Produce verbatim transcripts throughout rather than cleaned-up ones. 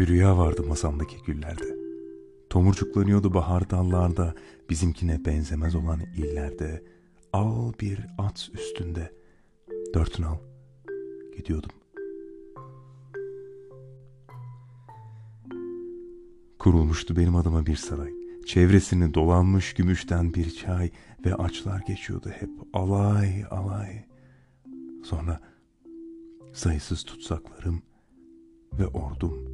Bir rüya vardı masamdaki güllerde. Tomurcuklanıyordu bahar dallarda, bizimkine benzemez olan illerde. Al bir at üstünde, dört nal gidiyordum. Kurulmuştu benim adıma bir saray. Çevresini dolanmış gümüşten bir çay ve açlar geçiyordu hep alay alay. Sonra sayısız tutsaklarım ve ordum.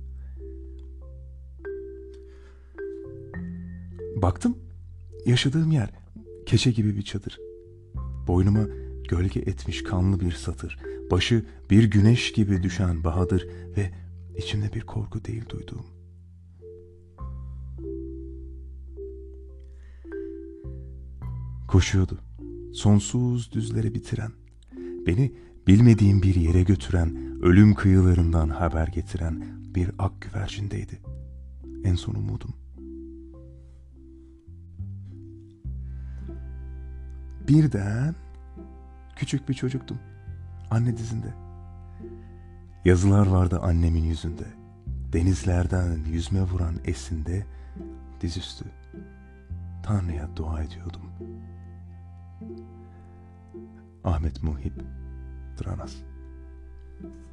Baktım, yaşadığım yer keçe gibi bir çadır. Boynuma gölge etmiş kanlı bir satır. Başı bir güneş gibi düşen bahadır ve içimde bir korku değil duyduğum. Koşuyordu, sonsuz düzleri bitiren, beni bilmediğim bir yere götüren, ölüm kıyılarından haber getiren bir ak güvercindeydi. En son umudum. Birden küçük bir çocuktum, anne dizinde. Yazılar vardı annemin yüzünde. Denizlerden yüzme vuran esinde, dizüstü Tanrı'ya dua ediyordum. Ahmet Muhip Dranas.